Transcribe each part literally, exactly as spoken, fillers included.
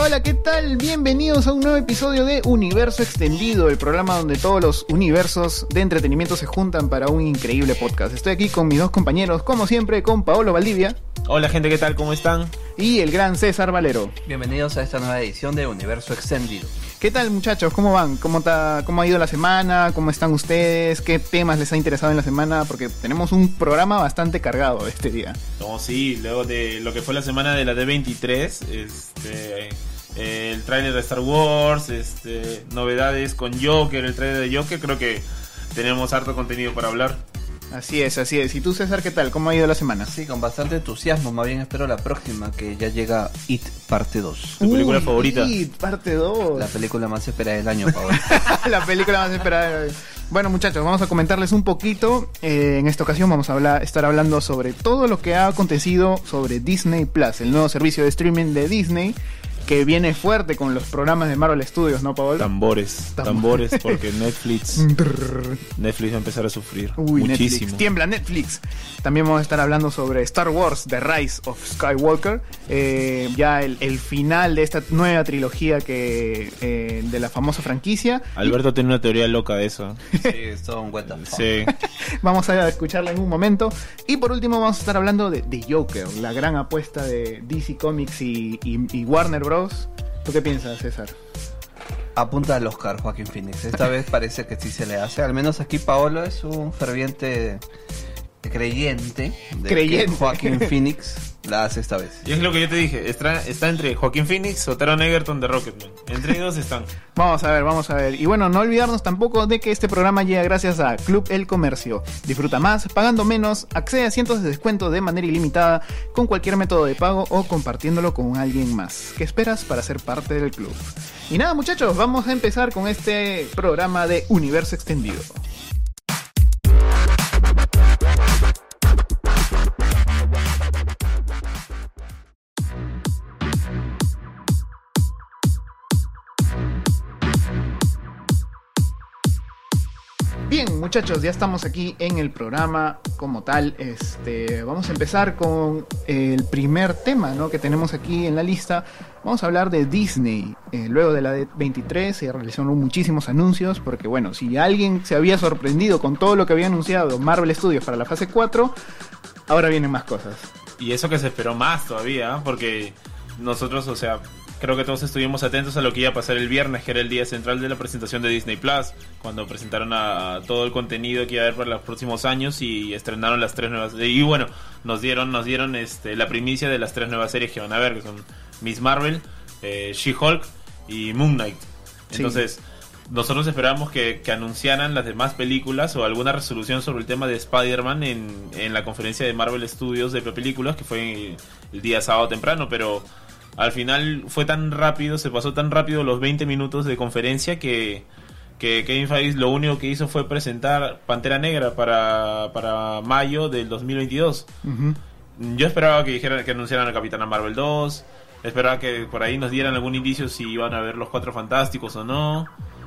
hola, ¿qué tal? Bienvenidos a un nuevo episodio de Universo Extendido, el programa donde todos los universos de entretenimiento se juntan para un increíble podcast. Estoy aquí con mis dos compañeros, como siempre, con Paolo Valdivia. Hola gente, ¿qué tal? ¿Cómo están? Y el gran César Valero. Bienvenidos a esta nueva edición de Universo Extendido. ¿Qué tal, muchachos? ¿Cómo van? ¿Cómo, ta, ¿Cómo ha ido la semana? ¿Cómo están ustedes? ¿Qué temas les ha interesado en la semana? Porque tenemos un programa bastante cargado este día. No, sí, luego de lo que fue la semana de la D veintitrés, este, eh, el tráiler de Star Wars, este, novedades con Joker, el tráiler de Joker, creo que tenemos harto contenido para hablar. Así es, así es. ¿Y tú, César, qué tal? ¿Cómo ha ido la semana? Sí, con bastante entusiasmo. Más bien espero la próxima, que ya llega It parte dos. ¿Tu película Uy, favorita? It parte dos. La película más esperada del año, Pablo. La película más esperada. Bueno, muchachos, vamos a comentarles un poquito. Eh, en esta ocasión vamos a hablar, estar hablando sobre todo lo que ha acontecido sobre Disney Plus, el nuevo servicio de streaming de Disney, que viene fuerte con los programas de Marvel Studios, ¿no, Paolo? Tambores, tambores, porque Netflix Netflix va a empezar a sufrir. Uy, muchísimo. Netflix, tiembla Netflix. También vamos a estar hablando sobre Star Wars, The Rise of Skywalker, eh, ya el, el final de esta nueva trilogía que eh, de la famosa franquicia. Alberto y... tiene una teoría loca de eso. Sí, es todo un what the fuck. Sí. Vamos a escucharla en un momento. Y por último vamos a estar hablando de The Joker, la gran apuesta de D C Comics y, y, y Warner Bros. ¿Tú qué piensas, César? Apunta al Oscar Joaquín Phoenix. Esta vez parece que sí se le hace. Al menos aquí Paolo es un ferviente creyente de creyente. que Joaquín Phoenix la hace esta vez. Y es lo que yo te dije, está, está entre Joaquín Phoenix o Taron Egerton de Rocketman. Entre ellos están. Vamos a ver, vamos a ver. Y bueno, no olvidarnos tampoco de que este programa llega gracias a Club El Comercio. Disfruta más, pagando menos, accede a cientos de descuentos de manera ilimitada con cualquier método de pago o compartiéndolo con alguien más. ¿Qué esperas para ser parte del club? Y nada, muchachos, vamos a empezar con este programa de Universo Extendido. Bien, muchachos, ya estamos aquí en el programa como tal. Este, vamos a empezar con el primer tema, ¿no?, que tenemos aquí en la lista. Vamos a hablar de Disney. Eh, luego de la D veintitrés se realizaron muchísimos anuncios, porque bueno, si alguien se había sorprendido con todo lo que había anunciado Marvel Studios para la fase cuatro, ahora vienen más cosas. Y eso que se esperó más todavía, porque nosotros, o sea, creo que todos estuvimos atentos a lo que iba a pasar el viernes, que era el día central de la presentación de Disney Plus, cuando presentaron a, a todo el contenido que iba a haber para los próximos años y estrenaron las tres nuevas. Y bueno, nos dieron nos dieron este la primicia de las tres nuevas series que van a ver, que son Miss Marvel, eh, She-Hulk y Moon Knight. Entonces, sí, nosotros esperábamos que, que anunciaran las demás películas o alguna resolución sobre el tema de Spider-Man en, en la conferencia de Marvel Studios de películas, que fue el día sábado temprano, pero al final fue tan rápido, se pasó tan rápido los veinte minutos de conferencia que, que Kevin Feige lo único que hizo fue presentar Pantera Negra para, para mayo del dos mil veintidós. Uh-huh. Yo esperaba que dijeran, que anunciaran a Capitana Marvel dos, esperaba que por ahí nos dieran algún indicio si iban a ver los Cuatro Fantásticos o no,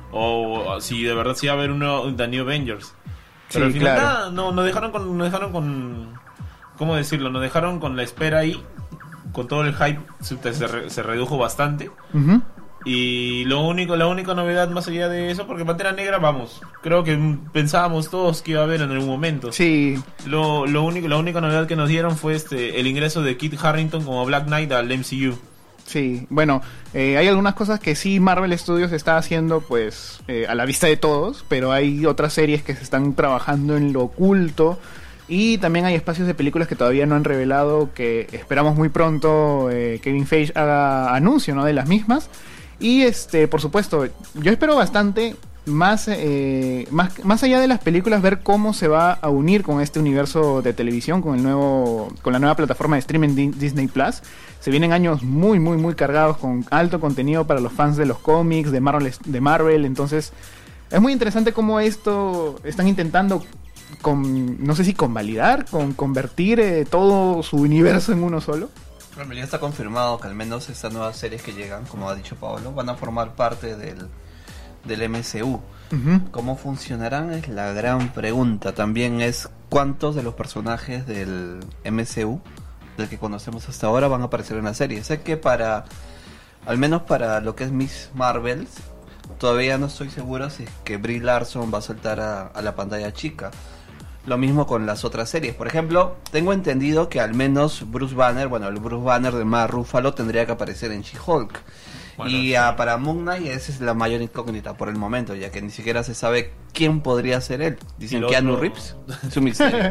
o si de verdad sí iba a haber uno The New Avengers. Pero sí, al final claro, nada, no, nos dejaron con, nos dejaron con, ¿cómo decirlo? Nos dejaron con la espera ahí. Con todo el hype se, se, se redujo bastante. Uh-huh. Y lo único, la única novedad más allá de eso, porque Pantera Negra, vamos, creo que pensábamos todos que iba a haber en algún momento. Sí. Lo, lo único, la única novedad que nos dieron fue este el ingreso de Kit Harington como Black Knight al M C U. Sí, bueno, eh, hay algunas cosas que sí Marvel Studios está haciendo pues eh, a la vista de todos, pero hay otras series que se están trabajando en lo oculto. Y también hay espacios de películas que todavía no han revelado, que esperamos muy pronto eh, Kevin Feige haga anuncio, ¿no?, de las mismas. Y este, por supuesto, yo espero bastante más, eh, más, más allá de las películas, ver cómo se va a unir con este universo de televisión, con el nuevo, con la nueva plataforma de streaming Disney Plus. Se vienen años muy, muy, muy cargados con alto contenido para los fans de los cómics, de Marvel, de Marvel. Entonces, es muy interesante cómo esto están intentando con, no sé si convalidar, con convertir eh, todo su universo en uno solo. Bueno, ya está confirmado que al menos estas nuevas series que llegan, como ha dicho Pablo, van a formar parte del, del M C U. Uh-huh. ¿Cómo funcionarán? Es la gran pregunta. También es cuántos de los personajes del M C U, del que conocemos hasta ahora, van a aparecer en la serie. Sé que para al menos para lo que es Miss Marvel, todavía no estoy seguro si es que Brie Larson va a saltar a, a la pantalla chica. Lo mismo con las otras series. Por ejemplo, tengo entendido que al menos Bruce Banner, bueno, el Bruce Banner de Mark Ruffalo tendría que aparecer en She-Hulk. Bueno, y sí. uh, para Moon Knight esa es la mayor incógnita por el momento, ya que ni siquiera se sabe quién podría ser él. Dicen Keanu otro... Reeves, su misterio.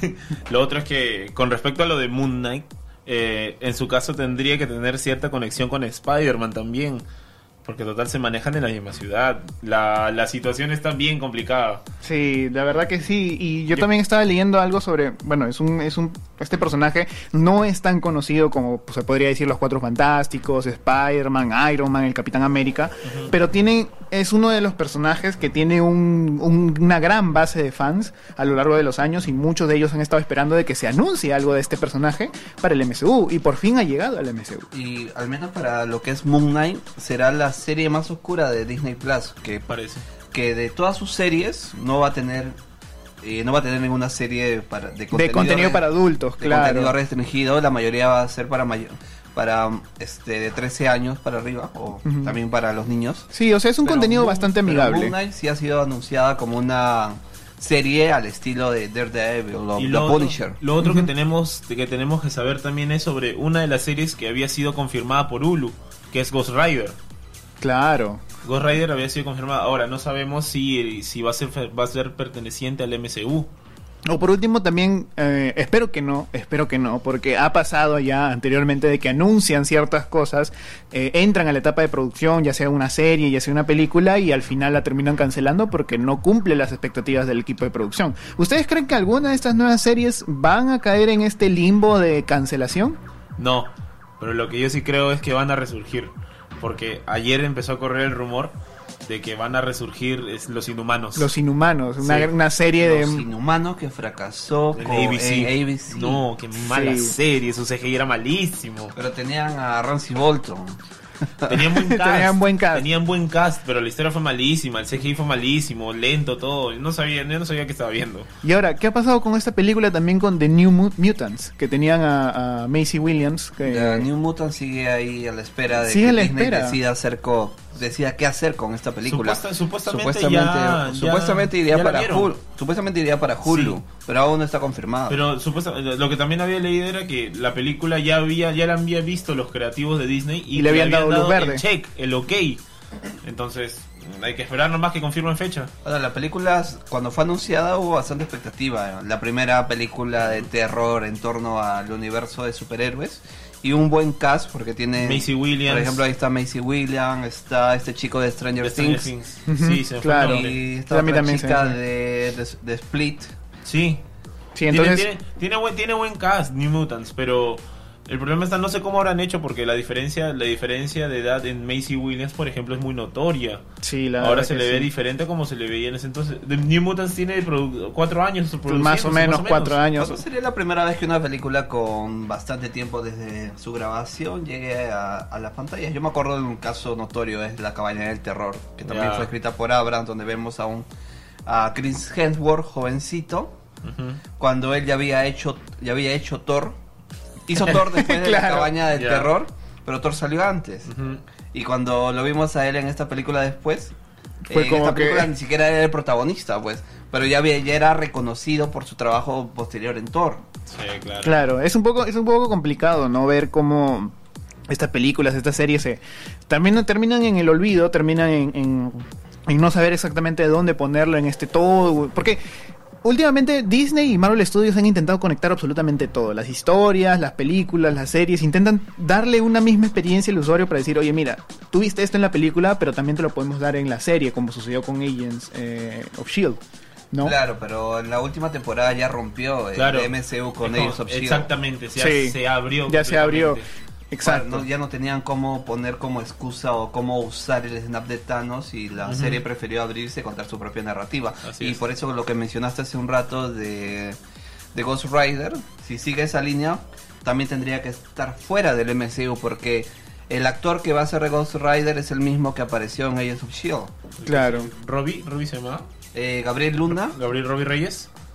Lo otro es que con respecto a lo de Moon Knight, eh, en su caso tendría que tener cierta conexión con Spider-Man también. Porque total se manejan en la misma ciudad. La, la situación está bien complicada. Sí, la verdad que sí. Y yo, yo también estaba leyendo algo sobre... Bueno, es un, es un este personaje no es tan conocido como pues, se podría decir los Cuatro Fantásticos, Spider-Man, Iron Man, el Capitán América. Uh-huh. Pero tiene es uno de los personajes que tiene un, un, una gran base de fans a lo largo de los años. Y muchos de ellos han estado esperando de que se anuncie algo de este personaje para el M C U. Y por fin ha llegado al M C U. Y al menos para lo que es Moon Knight será la serie más oscura de Disney Plus, que parece que de todas sus series no va a tener eh, no va a tener ninguna serie para, de contenido, de contenido re, para adultos, de claro, contenido restringido. La mayoría va a ser para mayor, para este de trece años para arriba o uh-huh. también para los niños. Sí, o sea, es un pero contenido Moon, bastante amigable. Moon Knight sí ha sido anunciada como una serie al estilo de Daredevil o y The lo Punisher. Otro, lo otro uh-huh. que tenemos que tenemos que saber también es sobre una de las series que había sido confirmada por Hulu, que es Ghost Rider. Claro. Ghost Rider había sido confirmada. Ahora no sabemos si, si va a ser va a ser perteneciente al M C U. O por último también, eh, espero que no, espero que no, porque ha pasado ya anteriormente de que anuncian ciertas cosas, eh, entran a la etapa de producción, ya sea una serie, ya sea una película, y al final la terminan cancelando porque no cumple las expectativas del equipo de producción. ¿Ustedes creen que alguna de estas nuevas series van a caer en este limbo de cancelación? No, pero lo que yo sí creo es que van a resurgir. Porque ayer empezó a correr el rumor de que van a resurgir es, Los Inhumanos. Los Inhumanos, una, sí. una serie Los de... Los Inhumanos que fracasó en con A B C. En A B C. No, qué mala sí. serie, su C G I era malísimo. Pero tenían a Ramsey Bolton. Tenían buen cast, tenían buen cast. Tenían buen cast, pero la historia fue malísima, el C G I fue malísimo, lento todo. Yo no sabía, yo no sabía qué estaba viendo. Y ahora, ¿qué ha pasado con esta película también con The New Mutants? Que tenían a, a Maisie Williams. Que... The New Mutants sigue ahí a la espera de sigue que la Disney espera. decida hacer co decida qué hacer con esta película. Supuesta, supuestamente, supuestamente, ya, supuestamente ya, iría ya para Hulu, supuestamente iría para Hulu, sí. Pero aún no está confirmado. Pero supuestamente lo que también había leído era que la película ya había ya la había visto los creativos de Disney y, y le habían, le habían dado, dado luz verde. el check, el ok. Entonces, hay que esperar nomás que confirmen fecha. Ahora, la película, cuando fue anunciada, hubo bastante expectativa. La primera película de terror en torno al universo de superhéroes. Y un buen cast, porque tiene... Maisie Williams. Por ejemplo, ahí está Maisie Williams, está este chico de Stranger, de Stranger Things. Things. Sí, se claro. Y está otra también chica de, de, de Split. Sí. Sí, entonces... Tiene, tiene, tiene, buen, tiene buen cast, New Mutants, pero... El problema está, no sé cómo habrán hecho, porque la diferencia la diferencia de edad en Maisie Williams, por ejemplo, es muy notoria. Sí, la Ahora se le sí. ve diferente a como se le veía en ese entonces. The New Mutants tiene produ- cuatro años más o menos, más cuatro años. ¿Cuándo sería la primera vez que una película con bastante tiempo desde su grabación llegue a, a las pantallas? Yo me acuerdo de un caso notorio, es La Cabaña del Terror, que también yeah. fue escrita por Abrams, donde vemos a un a Chris Hemsworth, jovencito, uh-huh. cuando él ya había hecho ya había hecho Thor. Hizo Thor después de claro. La Cabaña del yeah. Terror, pero Thor salió antes. Uh-huh. Y cuando lo vimos a él en esta película después, fue eh, como en esta película que... ni siquiera era el protagonista, pues. Pero ya, había, ya era reconocido por su trabajo posterior en Thor. Sí, claro. Claro, es un poco, es un poco complicado, ¿no? Ver cómo estas películas, estas series se también terminan en el olvido, terminan en, en, en no saber exactamente de dónde ponerlo en este todo. Porque últimamente Disney y Marvel Studios han intentado conectar absolutamente todo, las historias, las películas, las series, intentan darle una misma experiencia al usuario para decir, oye, mira, tú viste esto en la película, pero también te lo podemos dar en la serie, como sucedió con Agents eh, of S H I E L D, ¿no? Claro, pero en la última temporada ya rompió el claro. M C U con Agents of S H I E L D. Exactamente, se, sí, se abrió. Ya se abrió. Exacto. No, ya no tenían cómo poner como excusa o cómo usar el snap de Thanos y la uh-huh. serie prefirió abrirse y contar su propia narrativa. Así y es. Por eso lo que mencionaste hace un rato de, de Ghost Rider, si sigue esa línea, también tendría que estar fuera del M C U porque el actor que va a ser de Ghost Rider es el mismo que apareció en Agents of S H I E L D. Claro. ¿Robbie? ¿Robbie se llama? Eh, Gabriel Luna. ¿Gabriel Robbie Reyes?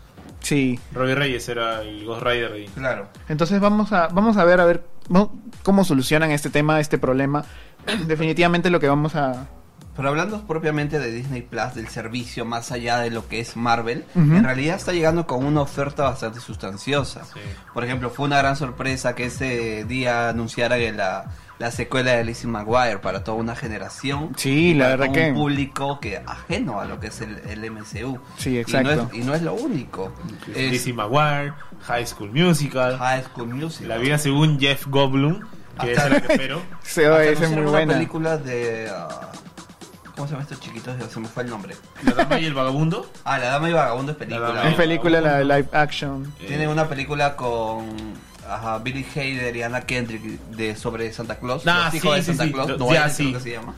Sí. Robbie Reyes era el Ghost Rider. Y... Claro. Entonces vamos a vamos a ver a ver ¿no? cómo solucionan este tema, este problema. Definitivamente lo que vamos a... Pero hablando propiamente de Disney Plus, del servicio más allá de lo que es Marvel, Uh-huh. en realidad está llegando con una oferta bastante sustanciosa. Sí. Por ejemplo, fue una gran sorpresa que ese día anunciaran que la, la secuela de Lizzie McGuire para toda una generación. Sí, y la para verdad todo que... un público que ajeno a lo que es el, el M C U. Sí, Y exacto. no es, y no es lo único. Es Lizzie McGuire, High School Musical, High School Musical. La vida según Jeff Goldblum, que Hasta- es la que espero. Se Hasta esa es anunciaron muy una buena. película de... ah, ¿cómo se llaman estos chiquitos? Se me fue el nombre. La dama y el vagabundo. Ah, La Dama y Vagabundo es película. La Dama y En película la live action. Tiene Eh, una película con ajá, Billy Hader y Anna Kendrick de sobre Santa Claus, Ah, los hijos sí, de sí, Santa sí. Claus, Lo- Noel, ya, creo sí. que se llama.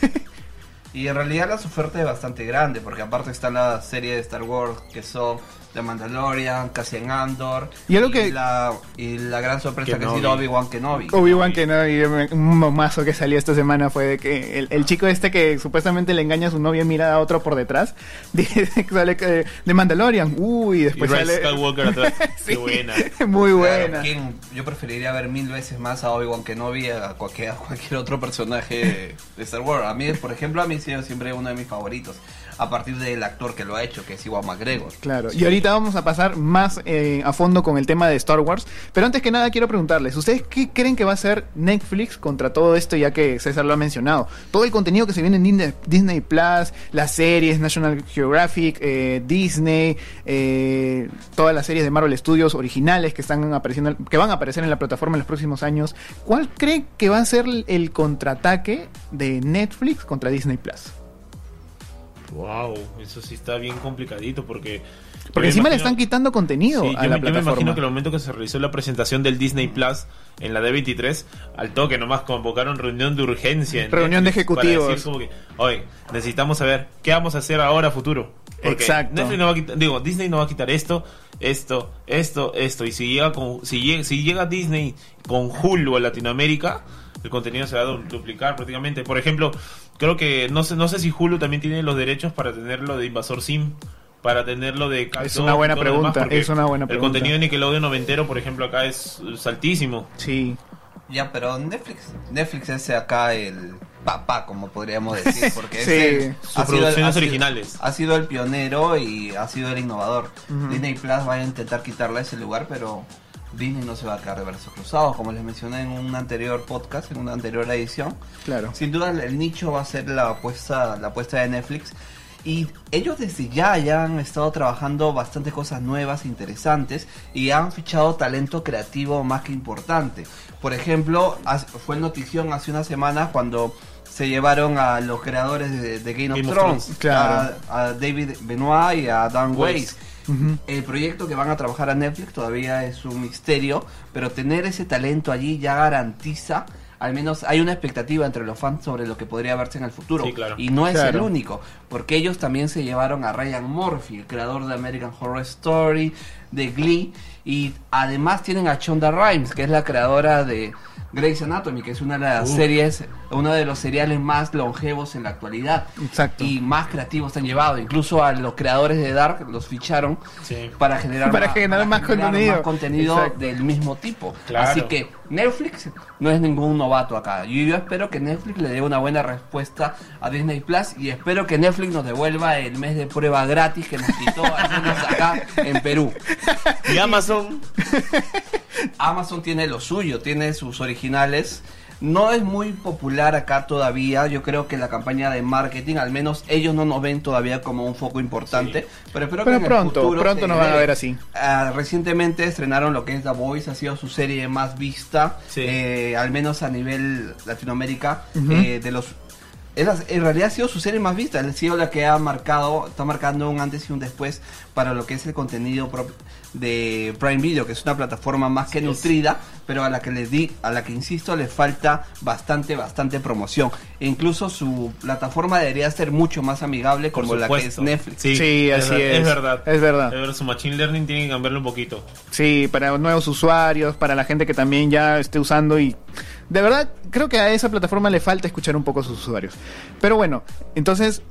Y en realidad la oferta es bastante grande, porque aparte está la serie de Star Wars que son The Mandalorian, Cassian Andor Y algo que- la, y la gran sorpresa que ha Kenobi. sido Obi-Wan Kenobi. Obi-Wan Kenobi, un momazo que salió esta semana fue de que el, el chico este que supuestamente le engaña a su novia y mira a otro por detrás, dice que sale que- de Mandalorian, uy, y Y después Rise sale... Skywalker atrás. Sí, Qué buena. muy Claro, buena. ¿quién? Yo preferiría ver mil veces más a Obi-Wan Kenobi a cualquier, a cualquier otro personaje de Star Wars. A mí, por ejemplo, a mí ha sido siempre uno de mis favoritos, a partir del actor que lo ha hecho, que es Iwan McGregor. Claro, y ahorita vamos a pasar más eh, a fondo con el tema de Star Wars, pero antes que nada quiero preguntarles, ¿ustedes qué creen que va a hacer Netflix contra todo esto, ya que César lo ha mencionado? Todo el contenido que se viene en Disney, Disney Plus, las series, National Geographic, eh, Disney, eh, todas las series de Marvel Studios originales que están apareciendo, que van a aparecer en la plataforma en los próximos años. ¿Cuál cree que va a ser el contraataque de Netflix contra Disney Plus? Wow, eso sí está bien complicadito porque... Porque yo encima le imagino- están quitando contenido Sí, a yo, la me- yo me plataforma. imagino que el momento que se realizó la presentación del Disney Plus en la D veintitrés, al toque nomás convocaron reunión de urgencia. en Reunión de Netflix ejecutivos. Para decir como que, oye, necesitamos saber qué vamos a hacer ahora a futuro. Porque Exacto. Netflix no va a quitar, digo, Disney no va a quitar esto, esto, esto, esto. Y si llega con, si llega, si llega Disney con Hulu a Latinoamérica, el contenido se va a du- duplicar prácticamente. Por ejemplo, creo que no sé, no sé si Hulu también tiene los derechos para tener lo de Invasor Sim, para tener lo de Cat Es Dog una y buena todo lo demás, pregunta, porque es una buena el pregunta. contenido de Nickelodeon noventero, por ejemplo, acá es, es altísimo. Sí. Ya, pero Netflix, Netflix es acá el papá, como podríamos decir, porque Sí, es el, sus ha sido el- producciones ha sido- originales. ha sido el pionero y ha sido el innovador. Ujú. Disney Plus va a intentar quitarle ese lugar, pero Disney no se va a quedar de brazos cruzados, como les mencioné en un anterior podcast, en una anterior edición. Claro. Sin duda el nicho va a ser la apuesta, la apuesta de Netflix. Y ellos desde ya ya han estado trabajando bastantes cosas nuevas, interesantes, y han fichado talento creativo más que importante. Por ejemplo, hace- fue notición hace una semana cuando se llevaron a los creadores de, de Game of Game of Thrones, Thrones, claro. a, a David Benoit y a Dan Weiss. Weiss. Ujú. El proyecto que van a trabajar a Netflix todavía es un misterio, pero tener ese talento allí ya garantiza, al menos hay una expectativa entre los fans sobre lo que podría verse en el futuro. Sí, claro. Y no es Claro. el único, porque ellos también se llevaron a Ryan Murphy, el creador de American Horror Story, de Glee, y además tienen a Shonda Rhimes, que es la creadora de Grey's Anatomy, que es una de las Uf. series, uno de los seriales más longevos en la actualidad. Exacto. Y más creativos han llevado. Incluso a los creadores de Dark los ficharon Sí. para generar Para generar más contenido. más contenido Exacto. del mismo tipo. Claro. Así que Netflix no es ningún novato acá. Yo, yo espero que Netflix le dé una buena respuesta a Disney Plus y espero que Netflix nos devuelva el mes de prueba gratis que nos quitó algunos acá en Perú. Y Amazon, Amazon tiene lo suyo, tiene sus originales. No es muy popular acá todavía. Yo creo que la campaña de marketing, al menos ellos no nos ven todavía como un foco importante. Sí. Pero espero Pero que en el pronto, futuro pronto se nos van a dé. ver así. Ah, recientemente estrenaron lo que es The Voice, ha sido su serie más vista, Sí. eh, al menos a nivel Latinoamérica, Ujú. eh, de los es la- en realidad ha sido su serie más vista, ha sido la que ha marcado, está marcando un antes y un después para lo que es el contenido prop- de Prime Video, que es una plataforma más que Así es. nutrida, pero a la que les di, a la que insisto, le falta bastante, bastante promoción. E incluso su plataforma debería ser mucho más amigable por como la que es supuesto. Netflix. Sí, Sí, es así ver- es. Es verdad. Es verdad. Es verdad, su machine learning tiene que cambiarlo un poquito. Sí, para nuevos usuarios, para la gente que también ya esté usando y... De verdad, creo que a esa plataforma le falta escuchar un poco a sus usuarios. Pero bueno, entonces,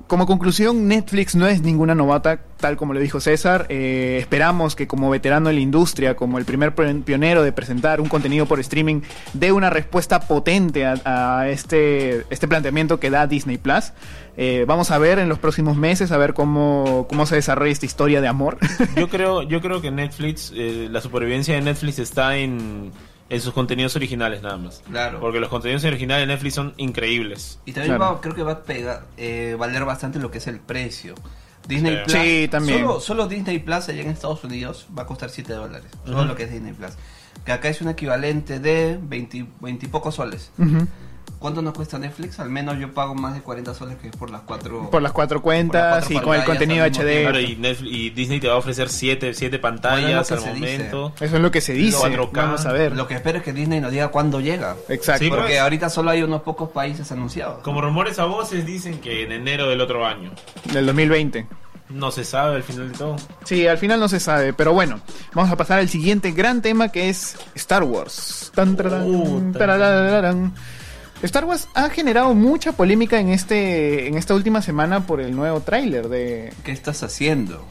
como conclusión, Netflix no es ninguna novata, tal como lo dijo César. Eh, esperamos que como veterano de la industria, como el primer pionero de presentar un contenido por streaming, dé una respuesta potente a, a este, este planteamiento que da Disney Plus. Eh, vamos a ver en los próximos meses, a ver cómo, cómo se desarrolla esta historia de amor. Yo creo, yo creo que Netflix, eh, la supervivencia de Netflix está en... en sus contenidos originales nada más. Claro. Porque los contenidos originales de Netflix son increíbles. Y también Claro. va, creo que va a pegar, eh, valer bastante lo que es el precio. Disney Sí. Plus. Sí, también. Solo, solo Disney Plus allá en Estados Unidos va a costar siete dólares. Todo Ujú. lo que es Disney Plus. Que acá es un equivalente de veinte, veinte y pocos soles. Uh-huh. ¿Cuánto nos cuesta Netflix? Al menos yo pago más de cuarenta soles, que es por las cuatro... Por las cuatro cuentas Por las cuatro y con el pantallas contenido al mismo H D. tiempo. Claro, y, Netflix, y Disney te va a ofrecer siete, siete pantallas Bueno, es lo al que se momento. Eso es lo que se dice. cuatro K. Vamos a ver. Lo que espero es que Disney nos diga cuándo llega. Exacto. Sí, Porque pues. ahorita solo hay unos pocos países anunciados. Como rumores a voces dicen que en enero del otro año. Del dos mil veinte. No se sabe al final de todo. Sí, al final no se sabe, pero bueno, vamos a pasar al siguiente gran tema que es Star Wars. Tan, tararán, Uh, tan. tararararán. Star Wars ha generado mucha polémica en este en esta última semana por el nuevo tráiler de ¿Qué estás haciendo?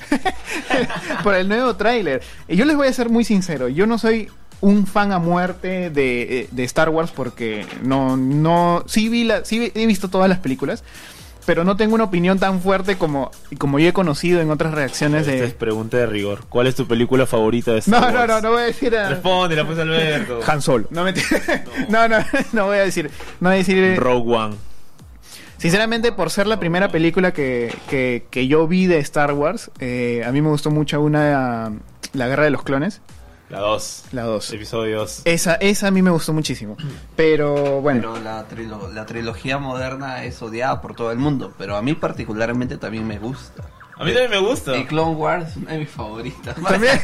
por el nuevo tráiler. Y yo les voy a ser muy sincero, yo no soy un fan a muerte de, de Star Wars porque no no sí vi la sí he visto todas las películas, pero no tengo una opinión tan fuerte como como yo he conocido en otras reacciones Esta es de pregunta de rigor. ¿Cuál es tu película favorita de Star No, no, Wars? no, no voy a decir a... Respóndela pues, Alberto. Han Solo. No, mentira. no, no, no voy a decir. No voy a decir. Rogue One. Sinceramente, por ser la primera película que, que, que yo vi de Star Wars, eh, a mí me gustó mucho una. La Guerra de los Clones. La dos. La dos. Episodio dos. Esa, esa a mí me gustó muchísimo. Pero bueno. Pero la, trilo- la trilogía moderna es odiada por todo el mundo, pero a mí particularmente también me gusta. A mí también me gusta. Y Clone Wars es una de mis favoritas. También.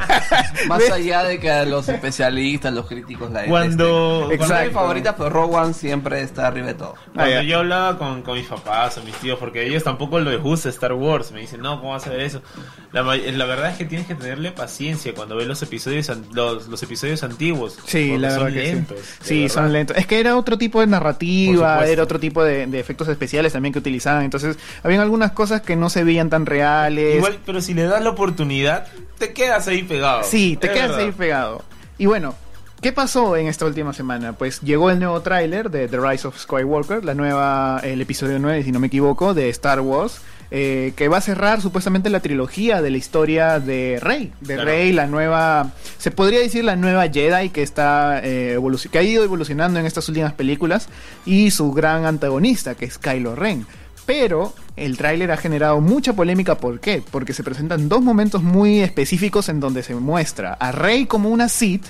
Más allá de que a los especialistas, los críticos la Cuando, detesten. Exacto. Es mi favorita, pero Rogue One siempre está arriba de todo. Cuando Ah, ya. yo hablaba con, con mis papás o mis tíos, porque a ellos tampoco les gusta Star Wars, me dicen, no, ¿cómo vas a ver eso? La, ma- la verdad es que tienes que tenerle paciencia cuando ves los episodios an- los, los episodios antiguos. Sí, porque la son verdad que lentos, sí. de Sí, verdad. son lentos. Es que era otro tipo de Por narrativa, supuesto. era otro tipo de, de efectos especiales también que utilizaban. Entonces, habían algunas cosas que no se veían tan reales. Igual, pero si le das la oportunidad, te quedas ahí pegado. Sí, te Es quedas verdad. ahí pegado. Y bueno, ¿qué pasó en esta última semana? Pues llegó el nuevo tráiler de The Rise of Skywalker, la nueva, el episodio nueve, si no me equivoco, de Star Wars, eh, que va a cerrar supuestamente la trilogía de la historia de Rey, de Claro. Rey, la nueva, se podría decir la nueva Jedi que está eh, evoluc- que ha ido evolucionando en estas últimas películas, y su gran antagonista, que es Kylo Ren. Pero el tráiler ha generado mucha polémica. ¿Por qué? Porque se presentan dos momentos muy específicos en donde se muestra a Rey como una Sith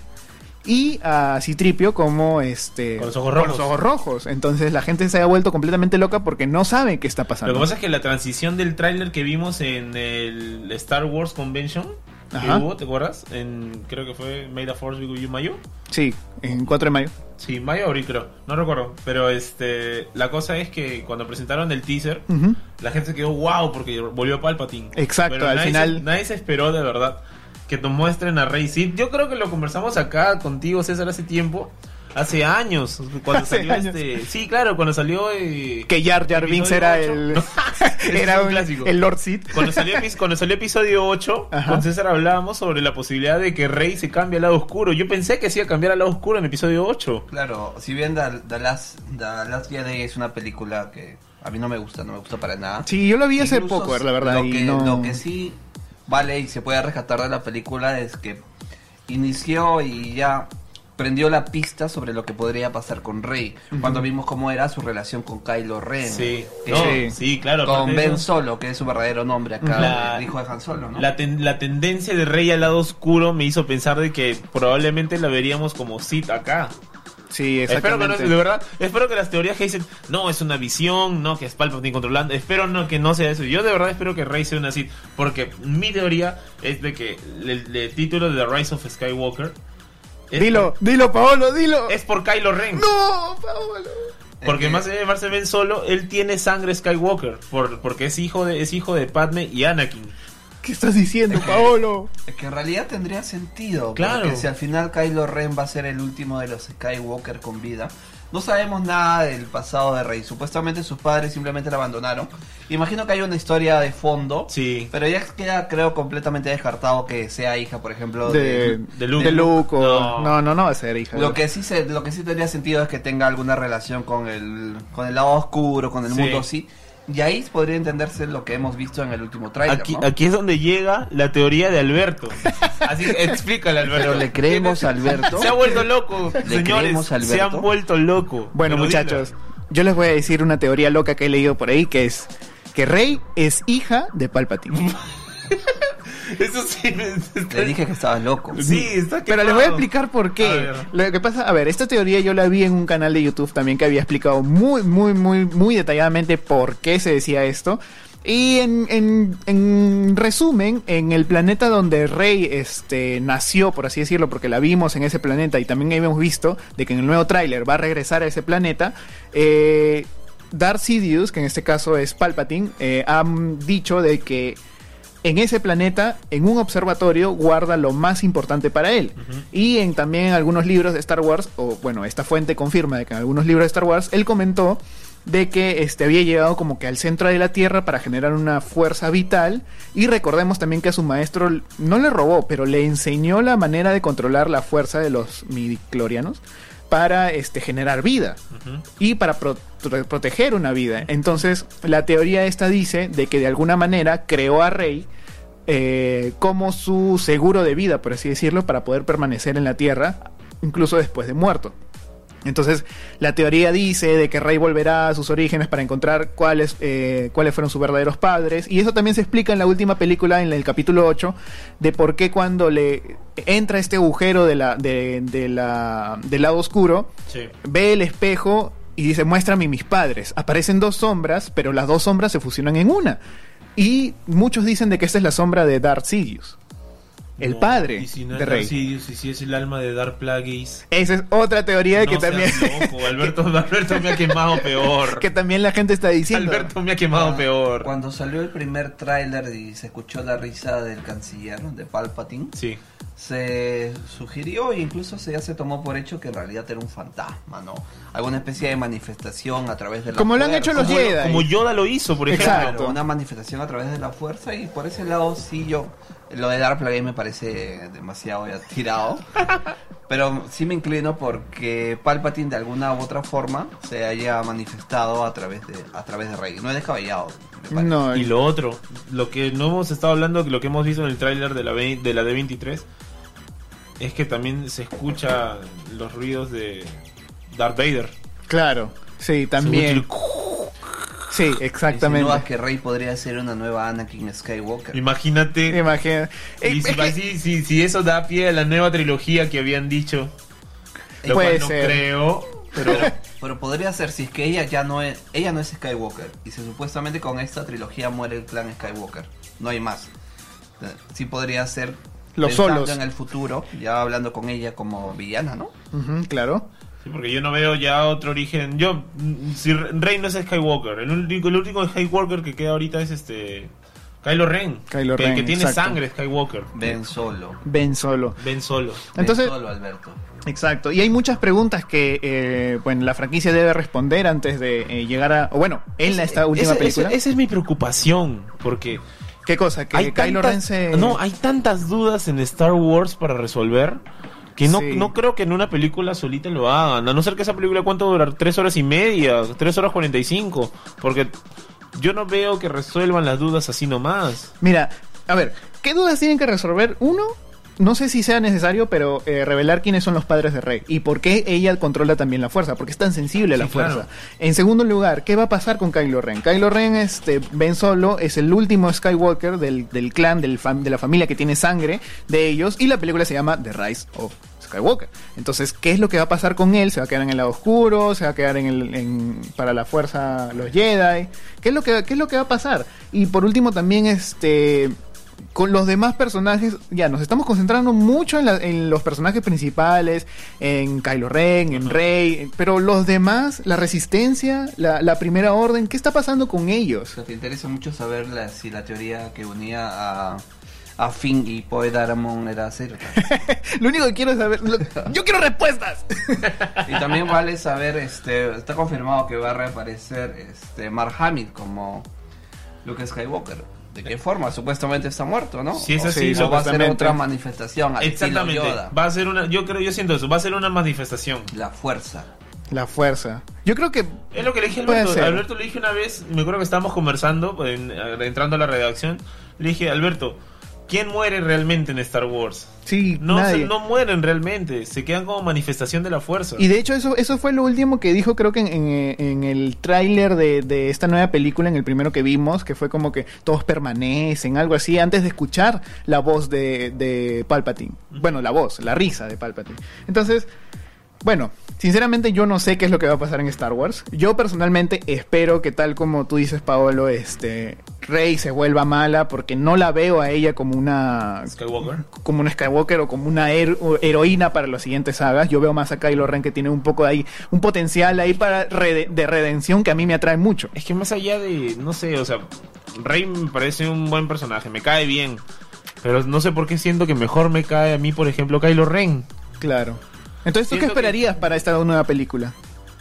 y a Citripio como este Con los ojos rojos. los ojos rojos. Entonces la gente se ha vuelto completamente loca porque no sabe qué está pasando. Lo que pasa es que la transición del tráiler que vimos en el Star Wars Convention que Ajá. hubo, ¿te acuerdas? En, creo que fue May the Force be with you, mayo. Sí, en cuatro de mayo. Sí, mayo o abril creo, no recuerdo. Pero este, la cosa es que cuando presentaron el teaser, Ujú. la gente se quedó wow porque volvió Palpatine. Exacto, Pero al nadie final- se, nadie se esperó de verdad que nos muestren a Rey Sith. Yo creo que lo conversamos acá contigo, César, hace tiempo. Hace años, cuando Hace salió años. este... Sí, claro, cuando salió... eh, Que Jar Jar Binks episodio era ocho. el No, ese era es un un- clásico. el Lord Sith. Cuando salió, epi- cuando salió episodio ocho, Ajá. con César hablábamos sobre la posibilidad de que Rey se cambie al lado oscuro. Yo pensé que se iba a cambiar al lado oscuro en episodio ocho. Claro, si bien The, The Last, The Last Jedi es una película que a mí no me gusta, no me gusta para nada. Sí, yo lo vi hace Incluso poco, la verdad. Lo y que, no... lo que sí vale y se puede rescatar de la película es que inició y ya prendió la pista sobre lo que podría pasar con Rey, cuando vimos cómo era su relación con Kylo Ren. Sí, que no, Sí. sí, claro. con aparte de Ben eso, Solo, que es su verdadero nombre acá, La- el hijo de Han Solo, ¿no? La, ten- la tendencia de Rey al lado oscuro me hizo pensar de que probablemente la veríamos como Sith acá. Sí, Espero que no, exactamente. de verdad, espero que las teorías que dicen, no, es una visión, no, que es Palpatine controlando, espero no que no sea eso. Yo de verdad espero que Rey sea una Sith, porque mi teoría es de que el, el título de The Rise of Skywalker es Dilo, dilo, Paolo, dilo. por, es por Kylo Ren. No, Paolo. Porque Es que- más allá de llamarse Ben Solo, él tiene sangre Skywalker, por, porque es hijo de es hijo de Padme y Anakin. ¿Qué estás diciendo, Paolo? Es que en realidad tendría sentido. Claro. Porque si al final Kylo Ren va a ser el último de los Skywalker con vida. No sabemos nada del pasado de Rey. Supuestamente sus padres simplemente la abandonaron. Imagino que hay una historia de fondo. Sí. Pero ya queda, creo, completamente descartado que sea hija, por ejemplo, De, de... de Luke. de Luke o- No. no. no, no va a ser hija. Lo que sí se, lo que sí tendría sentido es que tenga alguna relación con el, con el lado oscuro, con el Sí. mundo así. Y ahí podría entenderse lo que hemos visto en el último tráiler, Aquí, ¿no? aquí es donde llega la teoría de Alberto. Así que explícale, Alberto. Pero le creemos a Alberto. Se ha vuelto loco, ¿Le señores. creemos a Alberto? Se han vuelto loco. Bueno, Pero muchachos, dila. yo les voy a decir una teoría loca que he leído por ahí, que es que Rey es hija de Palpatine. Eso sí. me- Le dije que estaba loco. Sí, está Pero les quemado. voy a explicar por A qué. ver. Lo que pasa, a ver, esta teoría yo la vi en un canal de YouTube también que había explicado muy, muy, muy, muy detalladamente por qué se decía esto. Y en, en, en resumen, en el planeta donde Rey este, nació, por así decirlo, porque la vimos en ese planeta y también habíamos visto de que en el nuevo tráiler va a regresar a ese planeta, eh, Darth Sidious, que en este caso es Palpatine, eh, han dicho de que en ese planeta, en un observatorio, guarda lo más importante para él. Ujú. Y en también en algunos libros de Star Wars, o bueno, esta fuente confirma de que en algunos libros de Star Wars, él comentó de que este había llegado como que al centro de la Tierra para generar una fuerza vital. Y recordemos también que a su maestro no le robó, pero le enseñó la manera de controlar la fuerza de los midichlorianos para este generar vida Ujú. y para pro- pro- proteger una vida. Entonces, la teoría esta dice de que de alguna manera creó a Rey eh, como su seguro de vida, por así decirlo, para poder permanecer en la Tierra, incluso después de muerto. Entonces, la teoría dice de que Rey volverá a sus orígenes para encontrar cuáles, eh, cuáles fueron sus verdaderos padres. Y eso también se explica en la última película, en el capítulo ocho, de por qué cuando le entra este agujero de la, de, de la, del lado oscuro, Sí. ve el espejo y dice, muéstrame mis padres. Aparecen dos sombras, pero las dos sombras se fusionan en una. Y muchos dicen de que esta es la sombra de Darth Sidious, el No, padre y si no de es Rey. Darth Sidious, y si es el alma de Darth Plagueis. Esa es otra teoría No que también seas loco, Alberto, Alberto me ha quemado peor. que también la gente está diciendo. Alberto me ha quemado Ah, peor. Cuando salió el primer tráiler y se escuchó la risa del canciller, de Palpatine, Sí. se sugirió e incluso se, ya se tomó por hecho que en realidad era un fantasma, ¿no? Alguna especie de manifestación a través de la Como lo han fuerza. hecho los Como, Jedi. como Yoda lo hizo, por ejemplo. Exacto. Claro, una manifestación a través de la fuerza, y por ese lado sí yo, lo de Darth Plagueis me parece demasiado ya tirado, pero sí me inclino porque Palpatine de alguna u otra forma se haya manifestado a través de a través de Rey, no es descabellado, me parece. No, Y lo otro, lo que no hemos estado hablando, lo que hemos visto en el tráiler de la ve- de la D veintitrés, es que también se escucha los ruidos de Darth Vader. claro, sí, también. Sí, exactamente. Insinúa que Rey podría ser una nueva Anakin Skywalker. Imagínate. Imagina. Eh, Y si, es que- si, si- si eso da pie a la nueva trilogía que habían dicho, lo Puede cual no ser. creo, pero Pero, pero podría ser si es que ella ya no es ella no es Skywalker y si supuestamente con esta trilogía muere el clan Skywalker, no hay más. Eh, Sí podría ser Los pensando solos. en el futuro, ya hablando con ella como villana, ¿no? Ujú, claro. sí, porque yo no veo ya otro origen. Yo, mm, si Rey no es Skywalker, el único, el último Skywalker que queda ahorita es este Kylo Ren, Kylo que, Ren, que tiene exacto. sangre Skywalker. Ben Solo. Ben Solo. Ben Solo. Entonces- Ben Solo, Alberto. Exacto. Y hay muchas preguntas que eh, bueno, la franquicia debe responder antes de eh, llegar a... O bueno, en esta última Esa- película. Esa, esa es mi preocupación, porque ¿Qué cosa? Que hay Kylo tantas, Ren se... no, hay tantas dudas en Star Wars para resolver que no, Sí. no creo que en una película solita lo hagan. A no ser que esa película, ¿cuánto va a durar? Tres horas y media, tres horas cuarenta y cinco. Porque yo no veo que resuelvan las dudas así nomás. Mira, a ver, ¿qué dudas tienen que resolver? Uno, no sé si sea necesario, pero eh, revelar quiénes son los padres de Rey y por qué ella controla también la fuerza, porque es tan sensible la Sí, fuerza. claro. En segundo lugar, ¿qué va a pasar con Kylo Ren? Kylo Ren, este, Ben Solo, es el último Skywalker del, del clan, del fam- de la familia que tiene sangre de ellos, y la película se llama The Rise of Skywalker. Entonces, ¿qué es lo que va a pasar con él? ¿Se va a quedar en el lado oscuro? ¿Se va a quedar en el, en, para la fuerza los Jedi? ¿Qué es lo que, qué es lo que va a pasar? Y por último también, este... con los demás personajes, ya nos estamos concentrando mucho en, la- en los personajes principales, en Kylo Ren, en Ajá. Rey, pero los demás, la Resistencia, la, la Primera Orden, ¿qué está pasando con ellos? O sea, te interesa mucho saber la, si la teoría que unía a a Finn y Poe Dameron era cero. Lo único que quiero es saber... lo- ¡Yo quiero respuestas! Y también vale saber, este, está confirmado que va a reaparecer este Mark Hamill como Luke Skywalker. ¿De qué forma? Supuestamente está muerto, ¿no? Si es O- así, o va a ser supuestamente. otra manifestación al estilo Exactamente. Yoda. Va a ser una, yo creo, yo siento eso, va a ser una manifestación. La fuerza. La fuerza. Yo creo que... Es lo que le dije a Puede Alberto. ser. Alberto le dije una vez, me acuerdo que estábamos conversando, en- entrando a la redacción, le dije, Alberto, ¿quién muere realmente en Star Wars? Sí, No, nadie. se- no mueren realmente, se quedan como manifestación de la fuerza. Y de hecho eso eso fue lo último que dijo, creo que en, en- en el tráiler de, de esta nueva película, en el primero que vimos, que fue como que todos permanecen, algo así, antes de escuchar la voz de, de Palpatine. Bueno, la voz, la risa de Palpatine. Entonces, bueno, sinceramente yo no sé qué es lo que va a pasar en Star Wars. Yo personalmente espero que, tal como tú dices, Paolo, este, Rey se vuelva mala, porque no la veo a ella como una Skywalker. como una Skywalker o como una hero- heroína para las siguientes sagas. Yo veo más a Kylo Ren, que tiene un poco de ahí, un potencial ahí para rede- de redención que a mí me atrae mucho. Es que más allá de, no sé, o sea, Rey me parece un buen personaje, me cae bien. Pero no sé por qué siento que mejor me cae a mí, por ejemplo, Kylo Ren. Claro. Entonces, ¿tú qué Siento que- esperarías para esta nueva película?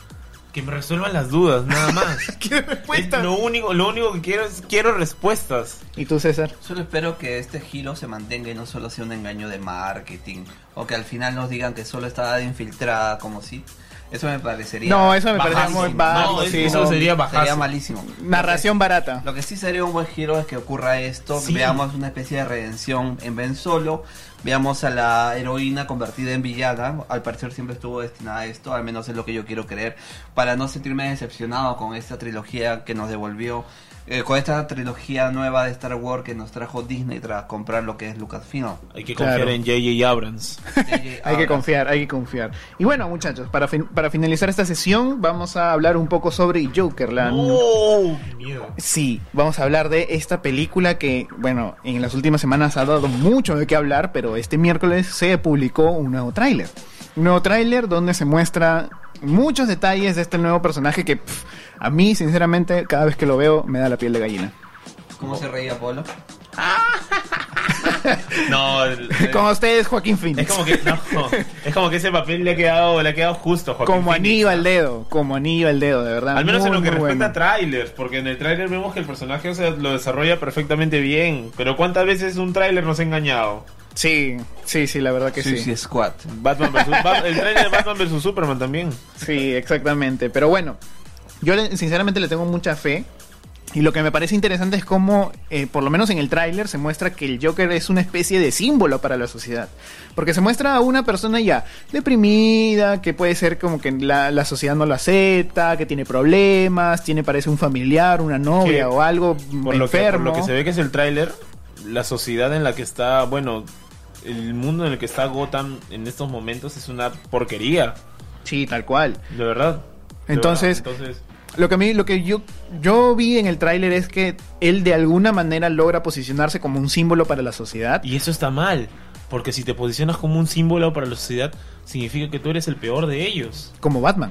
Que me resuelvan las dudas, nada más. ¿Qué respuesta? Es lo único, lo único que quiero es quiero respuestas. ¿Y tú, César? Solo espero que este giro se mantenga y no solo sea un engaño de marketing. O que al final nos digan que solo está de infiltrada como si. Eso me parecería... No, eso me parece bajísimo. muy bajo. No, sí, eso no. sería bajazo. Sería malísimo. Narración barata. Lo que sí sería un buen giro es que ocurra esto, Sí. que veamos una especie de redención en Ben Solo, veamos a la heroína convertida en villana, al parecer siempre estuvo destinada a esto, al menos es lo que yo quiero creer, para no sentirme decepcionado con esta trilogía que nos devolvió, eh, con esta trilogía nueva de Star Wars que nos trajo Disney tras comprar lo que es Lucasfilm. Hay que confiar Claro. en J J Abrams. Hay que confiar, hay que confiar. Y bueno, muchachos, para, fin- para finalizar esta sesión, vamos a hablar un poco sobre Joker, la... ¡Oh! ¡Qué miedo! Sí, vamos a hablar de esta película que, bueno, en las últimas semanas ha dado mucho de qué hablar, pero este miércoles se publicó un nuevo tráiler. Un nuevo tráiler donde se muestra muchos detalles de este nuevo personaje que, pff, a mí, sinceramente, cada vez que lo veo, me da la piel de gallina. ¿Cómo se reía Polo? No, el- el- Con ustedes, Joaquín Phoenix. es como que no, es como que ese papel le ha quedado, le ha quedado justo a Joaquín Como Phoenix, anillo ¿no? al dedo, como anillo al dedo, de verdad. Al menos Muy, en lo que muy respecta bueno. a trailers, porque en el trailer vemos que el personaje, o sea, lo desarrolla perfectamente bien. Pero ¿cuántas veces un trailer nos ha engañado? Sí, sí, sí, la verdad que sí. Suicide Squad. Batman versus, Bat- el trailer de Batman versus Superman también. Sí, exactamente. Pero bueno, yo le- sinceramente le tengo mucha fe. Y lo que me parece interesante es cómo, eh, por lo menos en el tráiler, se muestra que el Joker es una especie de símbolo para la sociedad. Porque se muestra a una persona ya deprimida, que puede ser como que la, la sociedad no lo acepta, que tiene problemas, tiene parece un familiar, una novia Que, o algo Por lo, que, por enfermo. lo que se ve que es el tráiler, la sociedad en la que está, bueno, el mundo en el que está Gotham en estos momentos es una porquería, Sí, tal cual. de verdad. De Entonces- verdad. Entonces Lo que a mí, lo que yo, yo vi en el tráiler es que él de alguna manera logra posicionarse como un símbolo para la sociedad. y eso está mal, porque si te posicionas como un símbolo para la sociedad, significa que tú eres el peor de ellos. Como Batman.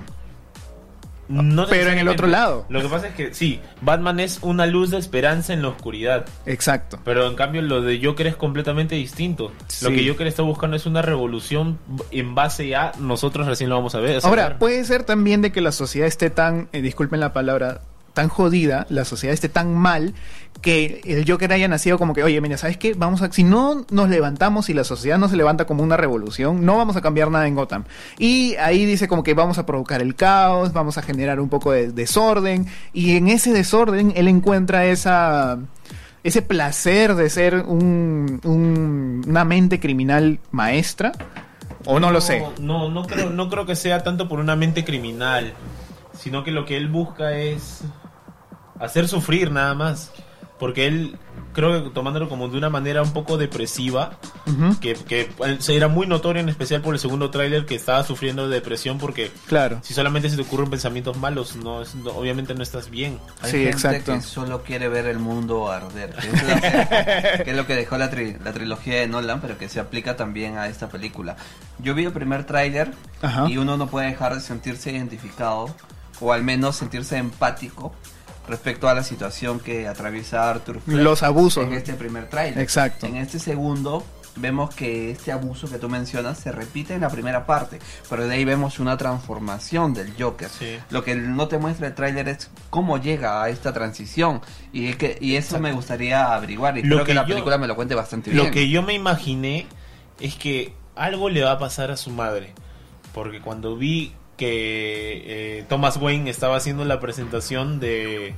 No Pero en el otro lado. Lo que pasa es que sí, Batman es una luz de esperanza en la oscuridad. Exacto. Pero en cambio lo de Joker es completamente distinto. Lo Sí. que Joker está buscando es una revolución en base a nosotros recién lo vamos a ver. o sea, Ahora, ver. puede ser también de que la sociedad esté tan, eh, disculpen la palabra, tan jodida, la sociedad esté tan mal, que el Joker haya nacido como que, oye, mira, ¿sabes qué? Vamos a, si no nos levantamos y la sociedad no se levanta como una revolución, no vamos a cambiar nada en Gotham. Y ahí dice como que vamos a provocar el caos, vamos a generar un poco de desorden, y en ese desorden él encuentra esa... ese placer de ser un, un- una mente criminal maestra, o no lo sé. No, no creo, no creo que sea tanto por una mente criminal, sino que lo que él busca es hacer sufrir nada más. Porque él, creo que tomándolo como de una manera un poco depresiva, Ujú. que, que se era muy notorio en especial por el segundo tráiler, que estaba sufriendo de depresión porque Claro. si solamente se te ocurren pensamientos malos, no, es- no- obviamente no estás bien. Hay Sí, gente exacto. que solo quiere ver el mundo arder, que es lo que, que es lo que dejó la, tri- la trilogía de Nolan, pero que se aplica también a esta película. Yo vi el primer tráiler Ajá. y uno no puede dejar de sentirse identificado, o al menos sentirse empático respecto a la situación que atraviesa Arthur Fleck Los abusos. en este primer tráiler. Exacto. En este segundo vemos que este abuso que tú mencionas se repite en la primera parte, pero de ahí vemos una transformación del Joker. Sí. Lo que no te muestra el tráiler es cómo llega a esta transición, y es que y eso Exacto. me gustaría averiguar, y Lo creo que, que la yo- película me lo cuente bastante bien. Lo que yo me imaginé es que algo le va a pasar a su madre. Porque cuando vi que eh, Thomas Wayne estaba haciendo la presentación de...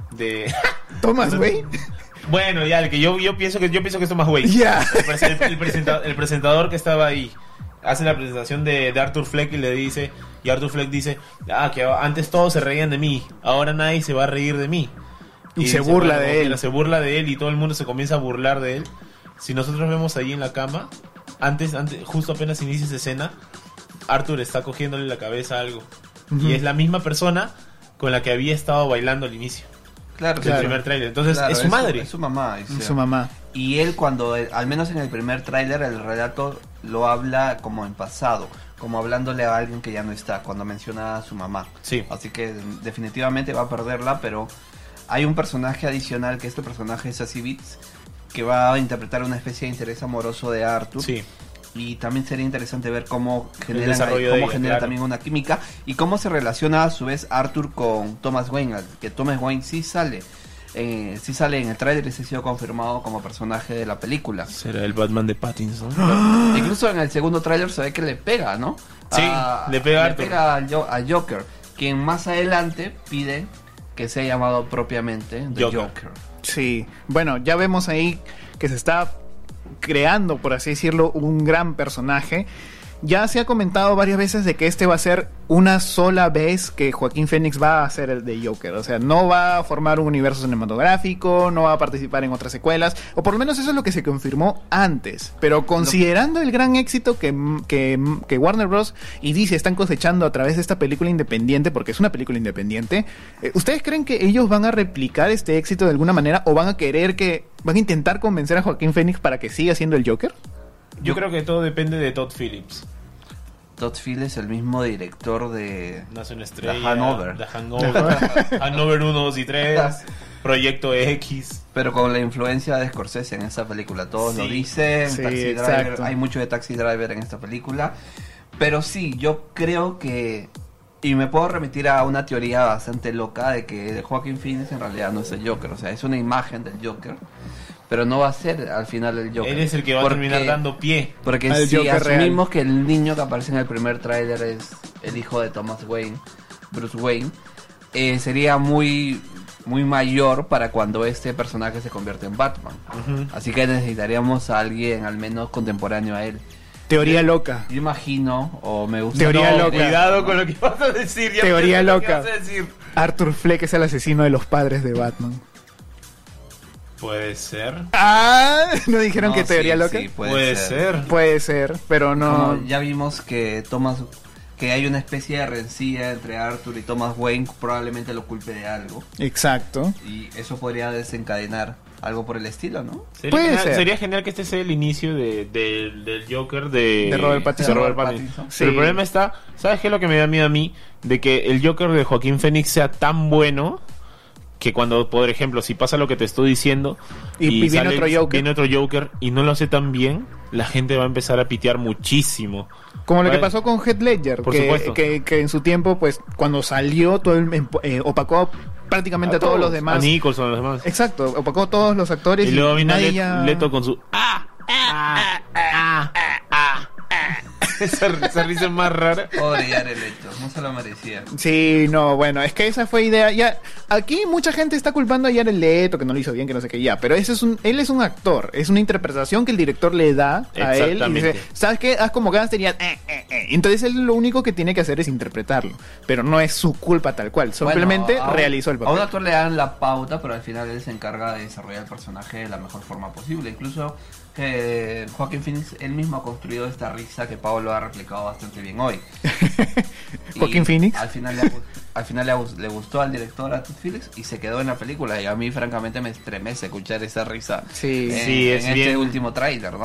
de Thomas Wayne. bueno, ya, el que yo, yo pienso que yo pienso que es Thomas Wayne. Ya. El, presen- el presenta- el presentador que estaba ahí hace la presentación de, de Arthur Fleck y le dice... Y Arthur Fleck dice... Ah, que antes todos se reían de mí. Ahora nadie se va a reír de mí. Y se burla de él. Se burla de él y todo el mundo se comienza a burlar de él. Si nosotros vemos ahí en la cama, antes, antes justo apenas inicia esa escena, Arthur está cogiéndole la cabeza a algo. Ujú. Y es la misma persona con la que había estado bailando al inicio Claro, del Claro. primer tráiler. Entonces claro, es su madre. Es su mamá. o sea, Su mamá. Y él cuando, al menos en el primer tráiler, el relato lo habla como en pasado, como hablándole a alguien que ya no está, cuando menciona a su mamá. Sí. Así que definitivamente va a perderla, pero hay un personaje adicional, que este personaje es Sassy Beats, que va a interpretar una especie de interés amoroso de Arthur. Sí. Y también sería interesante ver cómo genera, desarrollo de cómo ella, genera claro. también una química y cómo se relaciona a su vez Arthur con Thomas Wayne, al- que Thomas Wayne sí sale, eh, sí sale en el tráiler y sí ha sido confirmado como personaje de la película. Será el Batman de Pattinson. Incluso en el segundo tráiler se ve que le pega, ¿no? Sí, le pega a le Arthur. pega al Jo- a Joker, quien más adelante pide que sea llamado propiamente The Joker. Joker. Sí. Bueno, ya vemos ahí que se está creando, por así decirlo, un gran personaje. Ya se ha comentado varias veces de que este va a ser una sola vez que Joaquín Phoenix va a ser el de Joker. O sea, no va a formar un universo cinematográfico, no va a participar en otras secuelas, o por lo menos eso es lo que se confirmó antes. Pero considerando el gran éxito que, que, que Warner Bros. Y D C están cosechando a través de esta película independiente, porque es una película independiente, eh, ¿ustedes creen que ellos van a replicar este éxito de alguna manera o van a querer que, van a intentar convencer a Joaquín Phoenix para que siga siendo el Joker? Yo creo que todo depende de Todd Phillips. Todd Phillips es el mismo director de Nace una estrella. The Hangover. The Hangover. Hangover uno, dos y tres. Proyecto X. Pero con la influencia de Scorsese en esta película, todos Sí. lo dicen. Sí, Taxi exacto. Driver, hay mucho de Taxi Driver en esta película. Pero sí, yo creo que, y me puedo remitir a una teoría bastante loca de que Joaquin Phoenix en realidad no es el Joker, o sea, es una imagen del Joker, pero no va a ser al final el Joker. Él es el que va Porque- a terminar dando pie. Porque al si Joker asumimos que el niño que aparece en el primer tráiler es el hijo de Thomas Wayne, Bruce Wayne, eh, sería muy muy mayor para cuando este personaje se convierte en Batman. Ujú. Así que necesitaríamos a alguien al menos contemporáneo a él. Teoría loca. Yo imagino, o me gusta... Teoría No, loca. Cuidado con lo que vas a decir. ya Teoría pienso lo que loca. vas a decir. Arthur Fleck es el asesino de los padres de Batman. Puede ser. Ah, ¿no dijeron No, que teoría sí, loca? sí, Puede, ser. Puede ser, pero no. Como ya vimos que Thomas... que hay una especie de rencilla entre Arthur y Thomas Wayne, probablemente lo culpe de algo. Exacto. Y eso podría desencadenar algo por el estilo, ¿no? Sería Puede genial, ser. sería genial que este sea el inicio de, de- del Joker de, De Robert Pattinson. de Robert Robert Pattinson. Pattinson. Sí. Pero el problema está, ¿sabes qué es lo que me da miedo a mí? De que el Joker de Joaquín Phoenix sea tan bueno que cuando, por ejemplo, si pasa lo que te estoy diciendo Y- y viene sale- otro Joker. viene otro Joker y no lo hace tan bien, la gente va a empezar a pitear muchísimo. Como lo que Vale. pasó con Heath Ledger, Por que, supuesto. que, que en su tiempo, pues, cuando salió, todo el, eh, opacó prácticamente a, todos los demás. A Nicholson, a los demás. Exacto, opacó a todos los actores Y luego vino nadie Let- ya... Leto con su ah, ah, ah, ah, ah. esa, esa risa más rara. Pobre Jared Leto, no se lo merecía. Sí, no, bueno, es que esa fue idea. Ya, aquí mucha gente está culpando a Jared Leto, que no lo hizo bien, que no sé qué, ya. Pero ese es un, él es un actor, es una interpretación que el director le da a él y Exactamente. dice, ¿sabes qué? Haz como Gangster y haz, eh, eh, eh. Entonces él lo único que tiene que hacer es interpretarlo, pero no es su culpa tal cual. Simplemente Bueno, a un- realizó el A un papel. actor le dan la pauta, pero al final él se encarga de desarrollar el personaje de la mejor forma posible. Incluso eh, Joaquin Phoenix él mismo ha construido esta risa que Pablo ha replicado bastante bien hoy. Y Joaquin Phoenix. Al final, le, gu- al final le, gu- le gustó al director, a Todd Phillips, y se quedó en la película. Y a mí, francamente, me estremece escuchar esa risa Sí. en, Sí, es en este bien- último tráiler, ¿no?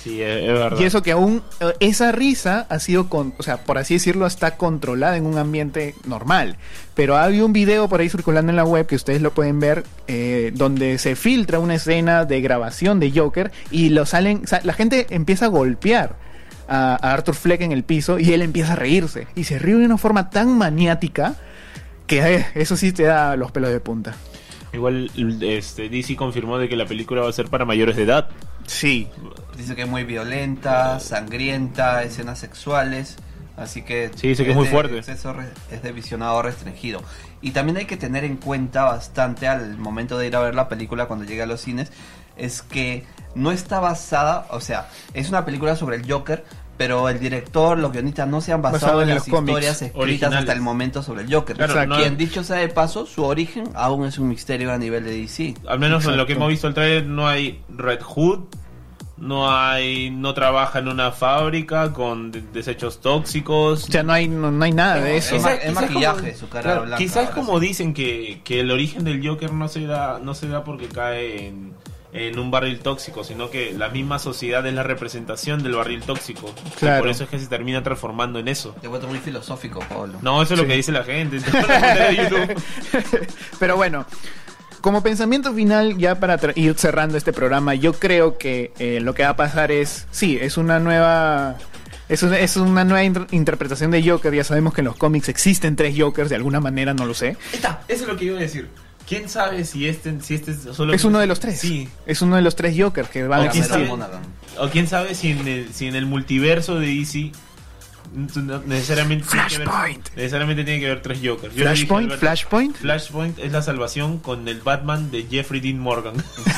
Sí, es, es verdad. Y eso que aún eh, esa risa ha sido, con, o sea, por así decirlo, está controlada en un ambiente normal. Pero hay un video por ahí circulando en la web que ustedes lo pueden ver, eh, donde se filtra una escena de grabación de Joker y lo salen, o sea, la gente empieza a golpear a, a Arthur Fleck en el piso y él empieza a reírse. Y se ríe de una forma tan maniática que eh, eso sí te da los pelos de punta. Igual este, D C confirmó de que la película va a ser para mayores de edad. Sí. Dice que es muy violenta, sangrienta, escenas sexuales, así que... Sí, dice que es muy de fuerte. Exceso re- es de visionado restringido. Y también hay que tener en cuenta bastante al momento de ir a ver la película cuando llegue a los cines, es que no está basada, o sea, es una película sobre el Joker, pero el director, los guionistas no se han basado, Basado en en los las cómics historias escritas originales. hasta el momento sobre el Joker. Claro, O sea, no- quien dicho sea de paso, su origen aún es un misterio a nivel de D C. Al menos en lo que Exacto. hemos visto el trailer no hay Red Hood, no hay, no trabaja en una fábrica con de- desechos tóxicos. O sea, no hay, no, no hay nada de eso. Es, ma- Quizás- es quizás maquillaje, como- su cara claro, blanca. Quizás ahora como sí. dicen que, que el origen del Joker no se da, no se da porque cae en, en un barril tóxico, sino que la misma sociedad es la representación del barril tóxico. Claro. Y por eso es que se termina transformando en eso. Te vuelto muy filosófico, Pablo. No, eso es Sí. lo que dice la gente. Te van a poner en YouTube. Pero bueno, como pensamiento final, ya para tra- ir cerrando este programa, yo creo que eh, lo que va a pasar es, sí, es una nueva... Es una, es una nueva inter- interpretación de Joker. Ya sabemos que en los cómics existen tres Jokers, de alguna manera, no lo sé. Ahí está, eso es lo que iba a decir. ¿Quién sabe si este, si este es solo... Es uno de los tres. Sí. Es uno de los tres Jokers que van a O quién Cameron sabe- Monaghan. O quién sabe si en el, si en el multiverso de D C no- necesariamente tiene, que Flashpoint. haber, necesariamente tiene que haber tres Jokers. Yo le dije, Flashpoint, Alberto, Flashpoint. Flashpoint es la salvación con el Batman de Jeffrey Dean Morgan.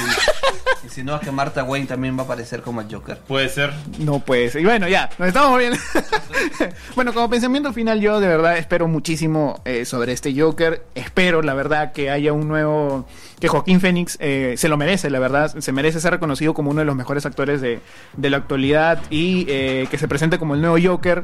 Insinúa que Martha Wayne también va a aparecer como el Joker. Puede ser. No puede ser. Y bueno, ya, nos estamos viendo. Bueno, como pensamiento final, yo de verdad espero muchísimo eh, sobre este Joker. Espero, la verdad, que haya un nuevo... Que Joaquín Phoenix eh, se lo merece, la verdad. Se merece ser reconocido como uno de los mejores actores de, de la actualidad. Y eh, que se presente como el nuevo Joker,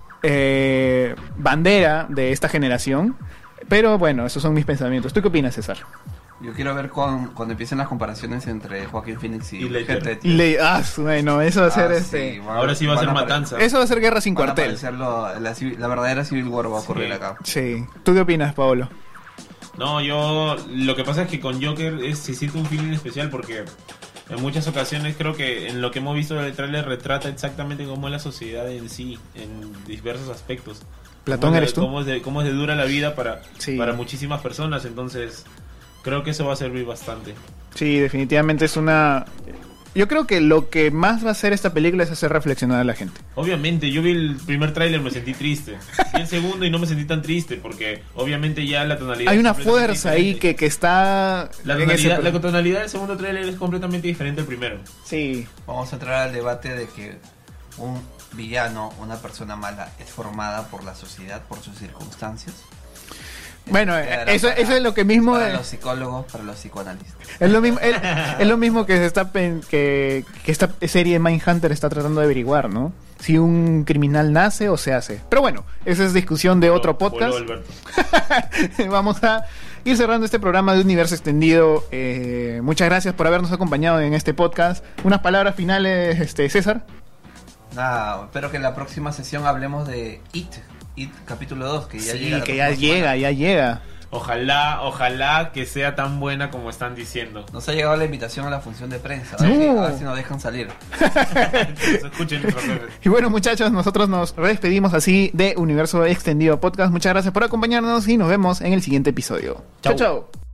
eh, bandera de esta generación. Pero bueno, esos son mis pensamientos. ¿Tú qué opinas, César? Yo quiero ver cuan- cuando empiecen las comparaciones entre Joaquin Phoenix y, Y Ledger. Heath Ledger. Le- ah, bueno, eso va a ser Ah, este... sí, van- Ahora sí va a van ser apare- matanza. Eso va a ser guerra sin van a cuartel. aparecer lo- la, civi- la verdadera Civil War va a ocurrir Sí. acá. Sí. ¿Tú qué opinas, Pablo? No, yo... Lo que pasa es que con Joker es, se siente un feeling especial porque en muchas ocasiones creo que en lo que hemos visto del trailer retrata exactamente cómo es la sociedad en sí, en diversos aspectos. Platón, Cómo es de- ¿eres tú? Cómo es de, cómo es de dura la vida para, Sí. para muchísimas personas, entonces creo que eso va a servir bastante. Sí, definitivamente es una... Yo creo que lo que más va a hacer esta película es hacer reflexionar a la gente. Obviamente, yo vi el primer tráiler, me sentí triste. Vi el segundo y no me sentí tan triste porque obviamente ya la tonalidad... Hay es una completamente fuerza ahí diferente. que, que está... La en ese tonalidad, pro- la tonalidad del segundo tráiler es completamente diferente al primero. Sí, Vamos a entrar al debate de que un villano, una persona mala, es formada por la sociedad, por sus circunstancias. bueno, Quedará eso, para- eso es lo que mismo... Para eh, los psicólogos, para los psicoanalistas. Es lo mismo, es, es lo mismo que se está pen- que, que esta serie Mindhunter está tratando de averiguar, ¿no? Si un criminal nace o se hace. Pero bueno, esa es discusión de otro Voló podcast. Alberto. Vamos a ir cerrando este programa de Universo Extendido. Eh, muchas gracias por habernos acompañado en este podcast. Unas palabras finales, este César. Nada, espero que en la próxima sesión hablemos de It, It capítulo dos, que ya Sí, llega. la que ya próxima llega, semana. ya llega. Ojalá, ojalá que sea tan buena como están diciendo. Nos ha llegado la invitación a la función de prensa. A ver, No. si, a ver si nos dejan salir. Entonces, escuchen nuestras redes. Y bueno, muchachos, nosotros nos despedimos así de Universo Extendido Podcast. Muchas gracias por acompañarnos y nos vemos en el siguiente episodio. Chao, Chau. chao.